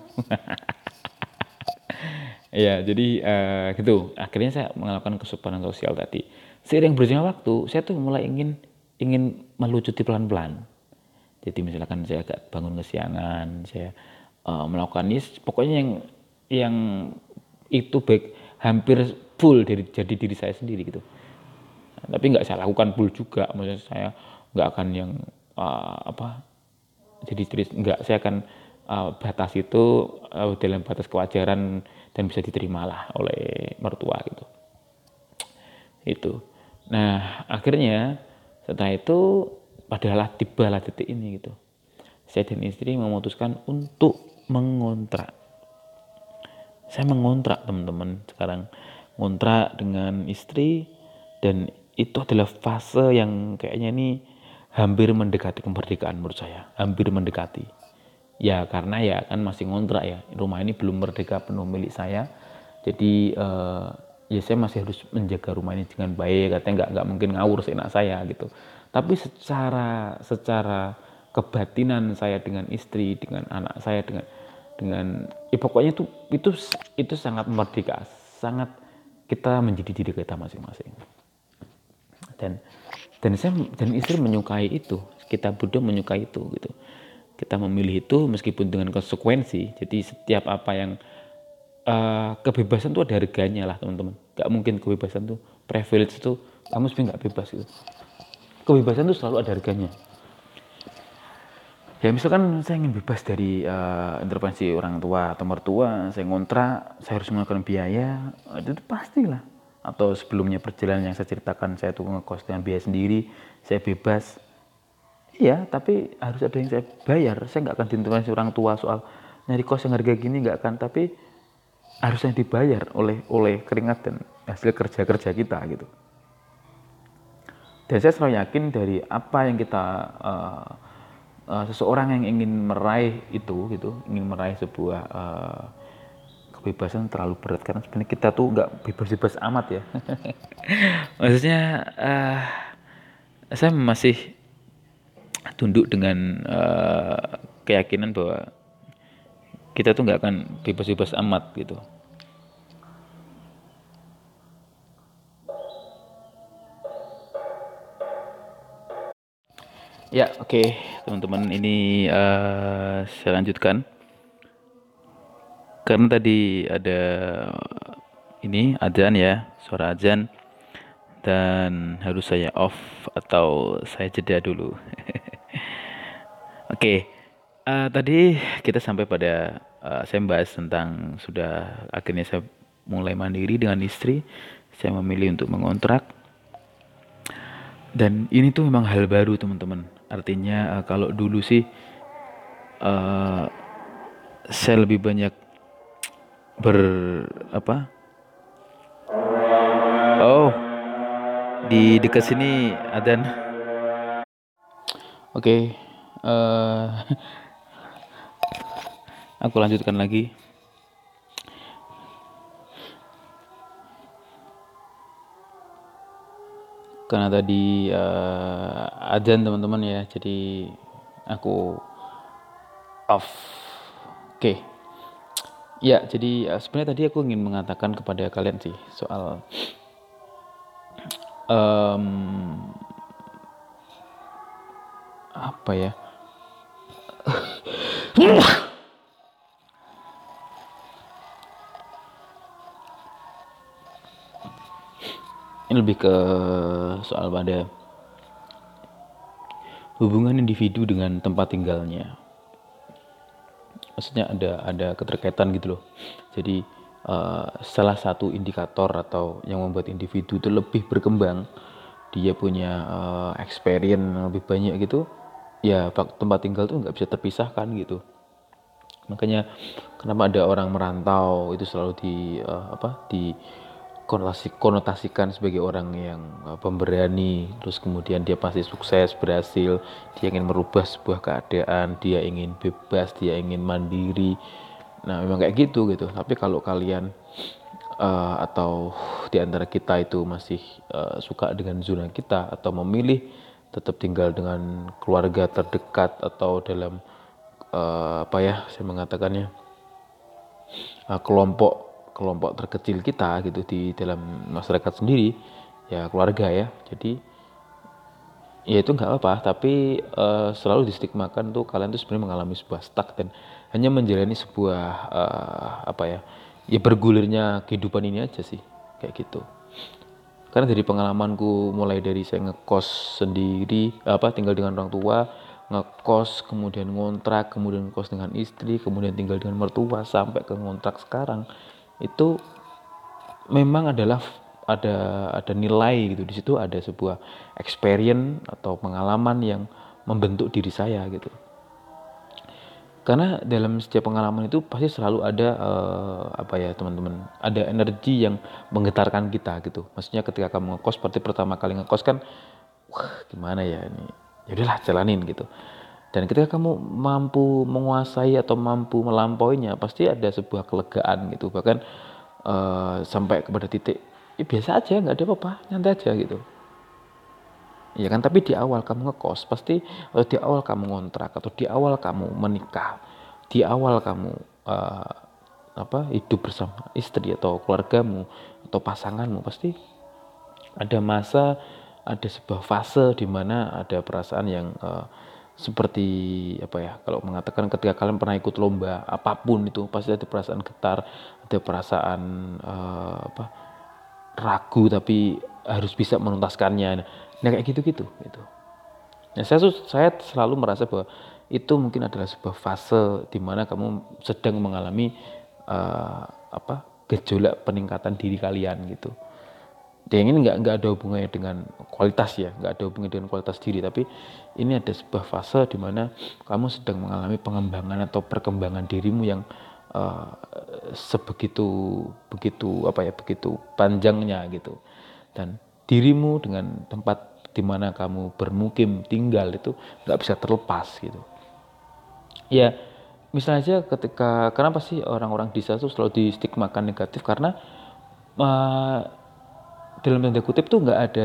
Speaker 1: Ya jadi gitu akhirnya saya melakukan kesopanan sosial tadi. Seiring berjalannya waktu saya tuh mulai ingin ingin melucuti pelan-pelan. Jadi misalkan saya agak bangun kesiangan, saya melakukan ini pokoknya yang itu baik hampir full dari jadi diri saya sendiri gitu. Tapi nggak saya lakukan full juga, maksudnya saya nggak akan yang apa jadi diri, nggak, saya akan batas itu dalam batas kewajaran dan bisa diterima lah oleh mertua gitu. Itu. Nah akhirnya setelah itu padahal tibalah detik ini gitu, saya dan istri memutuskan untuk mengontrak. Saya mengontrak teman-teman sekarang, ngontrak dengan istri, dan itu adalah fase yang kayaknya ini hampir mendekati kemerdekaan menurut saya, hampir mendekati. Ya karena ya kan masih ngontrak ya, rumah ini belum merdeka penuh milik saya. Jadi ya saya masih harus menjaga rumah ini dengan baik, katanya nggak mungkin ngawur seenak saya gitu. Tapi secara kebatinan saya dengan istri, dengan anak saya, dengan ya pokoknya itu sangat merdeka, sangat kita menjadi diri kita masing-masing. dan dan saya dan istri menyukai itu, kita berdua menyukai itu gitu. Kita memilih itu meskipun dengan konsekuensi. Jadi setiap apa yang kebebasan itu ada harganya lah teman-teman. Gak mungkin kebebasan tuh privilege itu kamu sebenarnya nggak bebas gitu. Kebebasan itu selalu ada harganya. Ya misalkan saya ingin bebas dari intervensi orang tua atau mertua, saya ngontrak, saya harus mengeluarkan biaya, itu pastilah. Atau sebelumnya perjalanan yang saya ceritakan, saya tuh ngekos dengan biaya sendiri, saya bebas. Iya, tapi harus ada yang saya bayar. Saya nggak akan diintervensi orang tua soal nyari kos yang harga gini, nggak akan. Tapi harus yang dibayar oleh keringat dan hasil kerja kita gitu. Dan saya selalu yakin dari apa yang kita seseorang yang ingin meraih itu gitu, ingin meraih sebuah kebebasan terlalu berat, karena sebenarnya kita tuh nggak bebas-bebas amat ya. Maksudnya saya masih tunduk dengan keyakinan bahwa kita tuh nggak akan bebas-bebas amat gitu. Ya, oke, teman-teman, ini saya lanjutkan karena tadi ada ini adzan ya, suara adzan, dan harus saya off atau saya jeda dulu. Oke, tadi kita sampai pada saya membahas tentang sudah akhirnya saya mulai mandiri dengan istri. Saya memilih untuk mengontrak, dan ini tuh memang hal baru teman-teman. Artinya kalau dulu sih eh, saya lebih banyak ber apa? Oh, di dekat sini adzan. Oke, eh aku lanjutkan lagi. Karena tadi adzan teman-teman ya, jadi aku off. Oke, ya jadi sebenarnya tadi aku ingin mengatakan kepada kalian sih soal em, apa ya? Ini lebih ke soal pada hubungan individu dengan tempat tinggalnya. Maksudnya ada keterkaitan gitu loh. Jadi salah satu indikator atau yang membuat individu itu lebih berkembang, dia punya experience yang lebih banyak gitu, ya tempat tinggal tuh nggak bisa terpisahkan gitu. Makanya kenapa ada orang merantau itu selalu di konotasikan sebagai orang yang pemberani, terus kemudian dia pasti sukses, berhasil, dia ingin merubah sebuah keadaan, dia ingin bebas, dia ingin mandiri. Nah, memang kayak gitu. Tapi kalau kalian atau di antara kita itu masih suka dengan zona kita atau memilih tetap tinggal dengan keluarga terdekat atau dalam saya mengatakannya kelompok kelompok terkecil kita gitu di dalam masyarakat sendiri, ya keluarga ya. Jadi ya itu nggak apa-apa, tapi selalu distigmakan tuh kalian tuh sebenarnya mengalami sebuah stuck dan hanya menjalani sebuah ya bergulirnya kehidupan ini aja sih, kayak gitu. Karena dari pengalamanku, mulai dari saya ngekos sendiri, tinggal dengan orang tua, ngekos, kemudian ngontrak, kemudian ngekos dengan istri, kemudian tinggal dengan mertua, sampai ke ngontrak sekarang, itu memang ada nilai gitu di situ, ada sebuah experience atau pengalaman yang membentuk diri saya gitu. Karena dalam setiap pengalaman itu pasti selalu ada teman-teman, ada energi yang menggetarkan kita gitu. Maksudnya ketika kamu ngekos, berarti pertama kali ngekos kan, wah gimana ya ini, ya udahlah jalanin gitu. Dan ketika kamu mampu menguasai atau mampu melampauinya, pasti ada sebuah kelegaan gitu. Bahkan sampai kepada titik ya biasa aja, nggak ada apa-apa, nyantai aja gitu. Ya kan, tapi di awal kamu ngekos pasti, atau di awal kamu ngontrak, atau di awal kamu menikah, di awal kamu hidup bersama istri atau keluargamu atau pasanganmu, pasti ada masa, ada sebuah fase di mana ada perasaan yang seperti kalau mengatakan ketika kalian pernah ikut lomba apapun itu, pasti ada perasaan getar, ada perasaan ragu tapi harus bisa menuntaskannya. Nah kayak gitu gitu. Nah, saya selalu merasa bahwa itu mungkin adalah sebuah fase di mana kamu sedang mengalami gejolak peningkatan diri kalian gitu. Dan ini nggak ada hubungannya dengan kualitas ya, nggak ada hubungannya dengan kualitas diri, tapi ini ada sebuah fase di mana kamu sedang mengalami pengembangan atau perkembangan dirimu yang uh, begitu panjangnya gitu. Dan dirimu dengan tempat di mana kamu bermukim tinggal itu nggak bisa terlepas gitu. Ya, misalnya aja ketika, kenapa sih orang-orang desa itu selalu distigmakan negatif, karena uh, dalam tanda kutip tuh nggak ada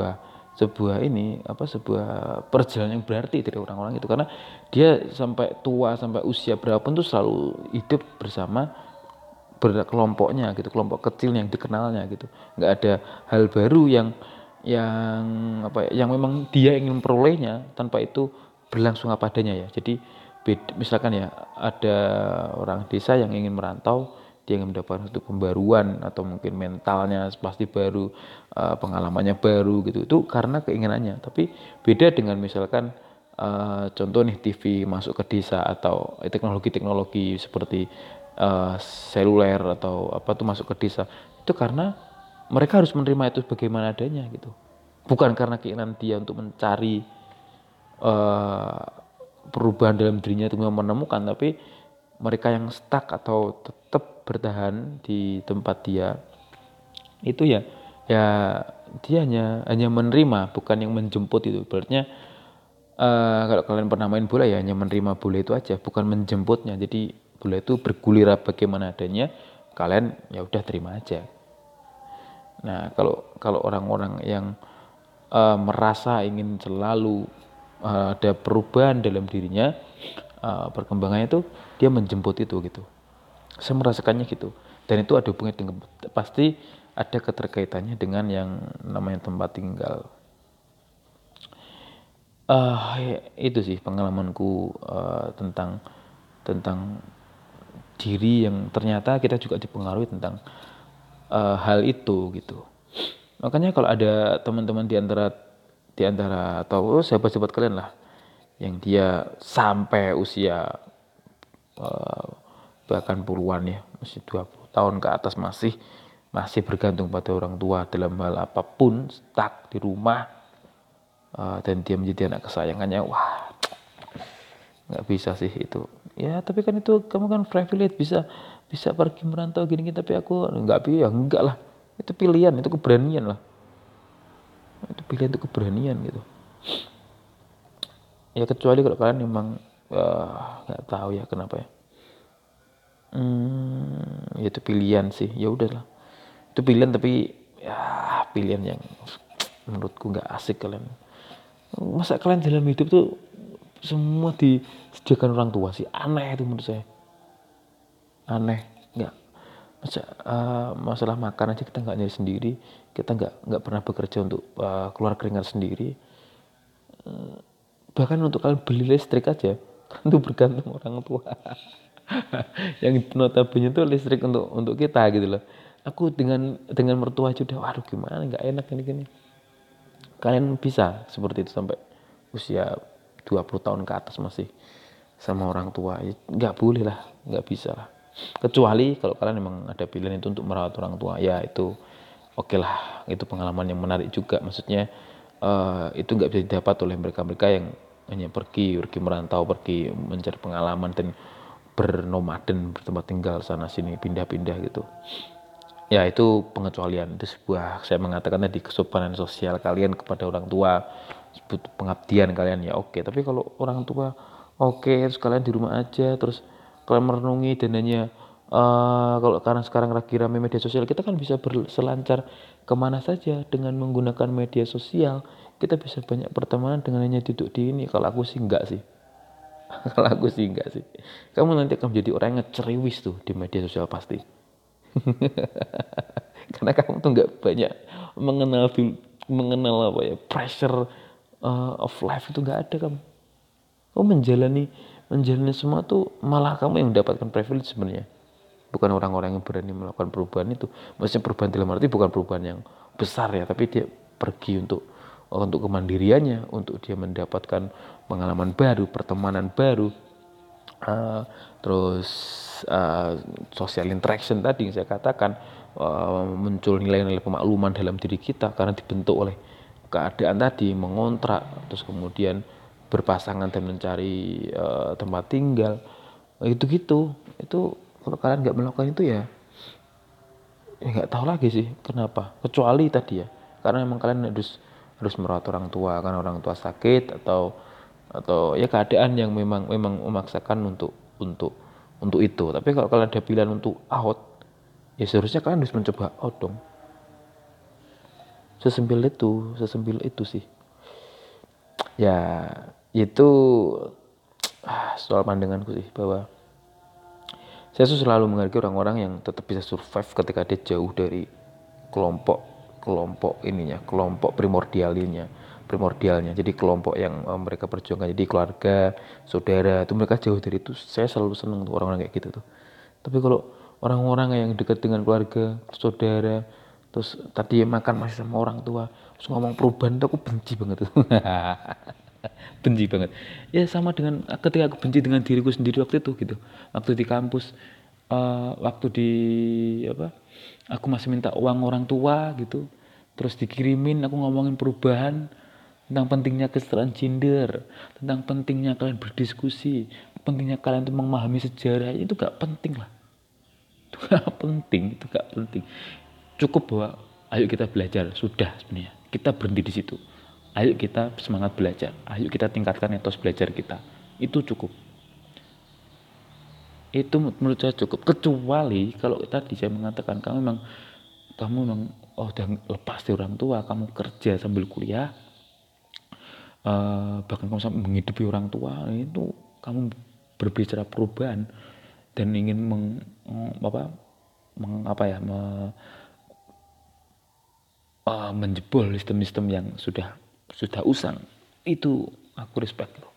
Speaker 1: sebuah perjalanan yang berarti dari orang-orang itu, karena dia sampai tua, sampai usia berapapun tuh selalu hidup bersama berkelompoknya gitu, kelompok kecil yang dikenalnya gitu. Nggak ada hal baru yang yang apa ya, yang memang dia ingin memperolehnya tanpa itu berlangsung apa adanya ya. Jadi misalkan ya ada orang desa yang ingin merantau, dia ingin mendapatkan satu pembaruan atau mungkin mentalnya pasti baru, pengalamannya baru gitu. Itu karena keinginannya. Tapi beda dengan misalkan contoh nih TV masuk ke desa atau teknologi-teknologi seperti seluler atau apa tuh masuk ke desa. Itu karena mereka harus menerima itu bagaimana adanya gitu, bukan karena keinginan dia untuk mencari uh, perubahan dalam dirinya untuk menemukan, tapi mereka yang stuck atau tetap bertahan di tempat dia itu ya, ya dia hanya menerima, bukan yang menjemput. Itu berarti kalau kalian pernah main bola ya hanya menerima bola itu aja, bukan menjemputnya. Jadi bola itu bergulir bagaimana adanya, kalian ya udah terima aja. Nah, kalau orang-orang yang merasa ingin selalu ada perubahan dalam dirinya, perkembangannya itu dia menjemput itu gitu. Saya merasakannya gitu. Dan itu ada hubungannya dengan, pasti ada keterkaitannya dengan yang namanya tempat tinggal. Itu sih pengalamanku tentang tentang diri yang ternyata kita juga dipengaruhi tentang hal itu gitu. Makanya kalau ada teman-teman di antara atau sahabat-sahabat kalian lah yang dia sampai usia eh, bahkan puluhan ya, masih 20 tahun ke atas masih masih bergantung pada orang tua dalam hal apapun, stuck di rumah, dan dia menjadi anak kesayangannya, wah nggak bisa sih itu. Ya tapi kan itu kamu kan privilege, bisa bisa pergi merantau gini-gini, tapi aku nggak, ya enggak lah, itu pilihan, itu keberanian lah, itu pilihan, itu keberanian gitu. Ya kecuali kalau kalian memang nggak tahu ya kenapa ya, ya itu pilihan sih, ya udahlah, itu pilihan, tapi ya pilihan yang menurutku nggak asik. Kalian masa kalian dalam hidup tuh semua disediakan orang tua sih, aneh itu menurut saya, aneh. Nggak, masalah makan aja kita nggak nyari sendiri, kita nggak pernah bekerja untuk keluar keringat sendiri. Bahkan untuk kalian beli listrik aja itu bergantung orang tua. Yang notabene itu listrik untuk kita gitu loh. Aku dengan mertua aja udah waduh gimana, nggak enak ini gini. Kalian bisa seperti itu sampai usia 20 tahun ke atas masih sama orang tua, ya, nggak boleh lah, nggak bisa lah. Kecuali kalau kalian memang ada pilihan itu untuk merawat orang tua, ya itu oke lah, itu pengalaman yang menarik juga. Maksudnya itu nggak bisa didapat oleh mereka-mereka yang hanya pergi merantau, pergi mencari pengalaman dan bernomaden, bertempat tinggal sana sini, pindah-pindah gitu. Ya itu pengecualian, itu sebuah, saya mengatakan tadi, kesopanan sosial kalian kepada orang tua, pengabdian kalian, ya oke. Tapi kalau orang tua oke, terus kalian di rumah aja, terus kalian merenungi dan hanya kalau karena sekarang lagi rame media sosial, kita kan bisa berselancar kemana saja dengan menggunakan media sosial. Kita bisa banyak pertemanan dengan hanya duduk di ini. Kalau aku sih enggak sih. Kalau aku sih enggak sih. Kamu nanti akan menjadi orang yang ngeceriwis tuh di media sosial pasti. Karena kamu tuh nggak banyak mengenal mengenal apa ya, pressure of life itu nggak ada. Kamu menjalani menjalani semua tuh, malah kamu yang mendapatkan privilege sebenarnya, bukan orang-orang yang berani melakukan perubahan itu. Maksudnya perubahan dalam arti bukan perubahan yang besar ya, tapi dia pergi untuk kemandiriannya, untuk dia mendapatkan pengalaman baru, pertemanan baru, uh, terus social interaction tadi yang saya katakan, muncul nilai-nilai pemakluman dalam diri kita karena dibentuk oleh keadaan tadi, mengontrak, terus kemudian berpasangan dan mencari tempat tinggal, itu gitu. Itu kalau kalian nggak melakukan itu ya nggak tahu lagi sih kenapa, kecuali tadi ya karena memang kalian harus harus merawat orang tua karena orang tua sakit, atau ya keadaan yang memang memang memaksakan untuk itu. Tapi kalau kalian ada pilihan untuk out, ya seharusnya kalian harus mencoba out dong. Sesempil itu sih ya. Itu soal pandanganku sih, bahwa saya tuh selalu menghargai orang-orang yang tetap bisa survive ketika dia jauh dari kelompok kelompok primordialnya. Jadi kelompok yang mereka perjuangkan, jadi keluarga, saudara, itu mereka jauh dari itu. Saya selalu seneng tuh orang-orang kayak gitu tuh. Tapi kalau orang-orang yang dekat dengan keluarga, saudara, terus tadi makan masih sama orang tua, terus ngomong perubahan tuh aku benci banget tuh. Benci banget ya, sama dengan ketika aku benci dengan diriku sendiri waktu itu gitu, waktu di kampus, waktu di apa, aku masih minta uang orang tua gitu, terus dikirimin aku ngomongin perubahan, tentang pentingnya kesetaraan gender, tentang pentingnya kalian berdiskusi, pentingnya kalian tuh memahami sejarah. Itu gak penting lah, itu gak penting. Cukup bahwa ayo kita belajar, sudah. Sebenarnya kita berhenti di situ. Ayo kita semangat belajar, ayo kita tingkatkan etos belajar kita. Itu cukup, itu menurut saya cukup. Kecuali kalau tadi saya mengatakan kamu memang udah lepas dari orang tua, kamu kerja sambil kuliah, bahkan kamu sampai menghidupi orang tua, itu kamu berbicara perubahan dan ingin menjebol sistem-sistem yang sudah usang, itu aku respect loh.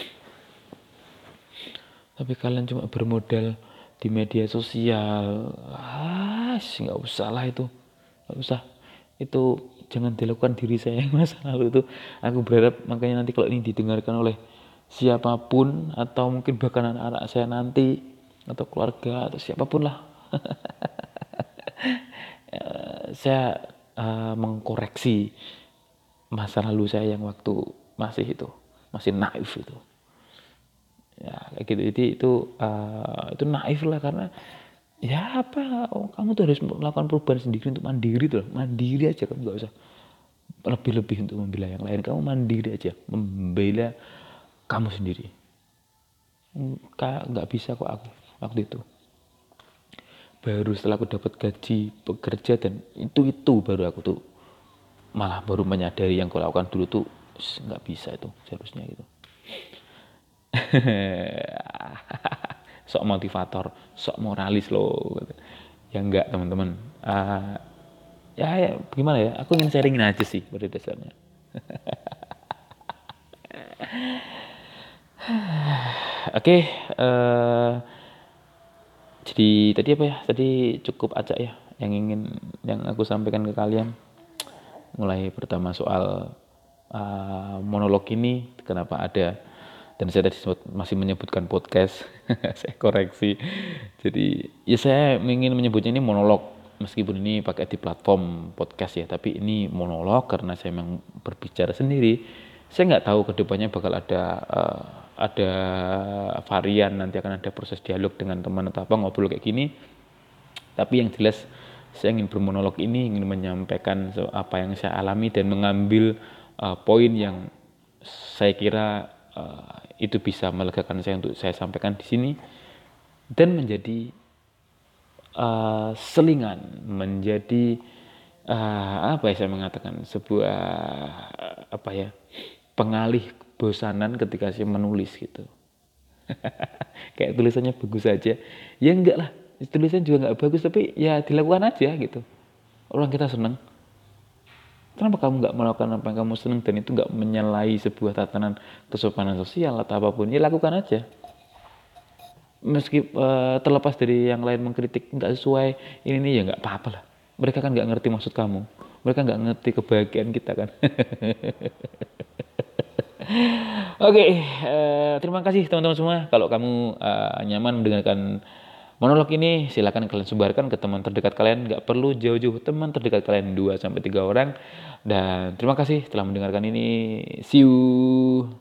Speaker 1: Tapi kalian cuma bermodal di media sosial, nggak usah lah itu, nggak usah. Itu jangan dilakukan diri saya yang masa lalu itu. Aku berharap makanya nanti kalau ini didengarkan oleh siapapun, atau mungkin bahkan anak-anak saya nanti, atau keluarga, atau siapapun lah, saya mengkoreksi masa lalu saya yang waktu masih naif itu. Ya kayak gitu. Jadi itu naif lah, karena ya apa, kamu tuh harus melakukan perubahan sendiri untuk mandiri tuh, mandiri aja, kamu nggak usah lebih-lebih untuk membela yang lain. Kamu mandiri aja, membela kamu sendiri. Nggak bisa kok aku waktu itu. Baru setelah aku dapat gaji bekerja, dan itu baru aku tuh malah baru menyadari yang aku lakukan dulu tuh nggak bisa itu seharusnya gitu. Sok motivator, sok moralis loh. Ya enggak teman-teman. Ya gimana ya? Aku ingin sharingin aja sih pada dasarnya. Oke, jadi tadi apa ya? Tadi cukup aja ya yang aku sampaikan ke kalian. Mulai pertama soal monolog ini kenapa ada, dan saya tadi masih menyebutkan podcast. Saya koreksi. Jadi ya saya ingin menyebutnya ini monolog, meskipun ini pakai di platform podcast ya, tapi ini monolog karena saya memang berbicara sendiri. Saya nggak tahu kedepannya bakal ada varian, nanti akan ada proses dialog dengan teman atau apa, ngobrol kayak gini. Tapi yang jelas saya ingin bermonolog ini, ingin menyampaikan apa yang saya alami dan mengambil poin yang saya kira itu bisa melegakan saya untuk saya sampaikan di sini, dan menjadi selingan, menjadi apa ya saya mengatakan, sebuah pengalih bosanan ketika saya menulis gitu. Kayak tulisannya bagus aja, ya enggak lah, tulisan juga enggak bagus, tapi ya dilakukan aja gitu. Orang kita seneng, kenapa kamu nggak melakukan apa yang kamu seneng, dan itu nggak menyalahi sebuah tatanan kesopanan sosial atau apapun, ya lakukan aja. Meski terlepas dari yang lain mengkritik nggak sesuai ini ya nggak apa-apa lah. Mereka kan nggak ngerti maksud kamu, mereka nggak ngerti kebahagiaan kita kan. Oke, terima kasih teman-teman semua. Kalau kamu nyaman mendengarkan monolog ini, silakan kalian sebarkan ke teman terdekat kalian. Nggak perlu jauh-jauh, teman terdekat kalian 2-3 orang. Dan terima kasih telah mendengarkan ini. See you.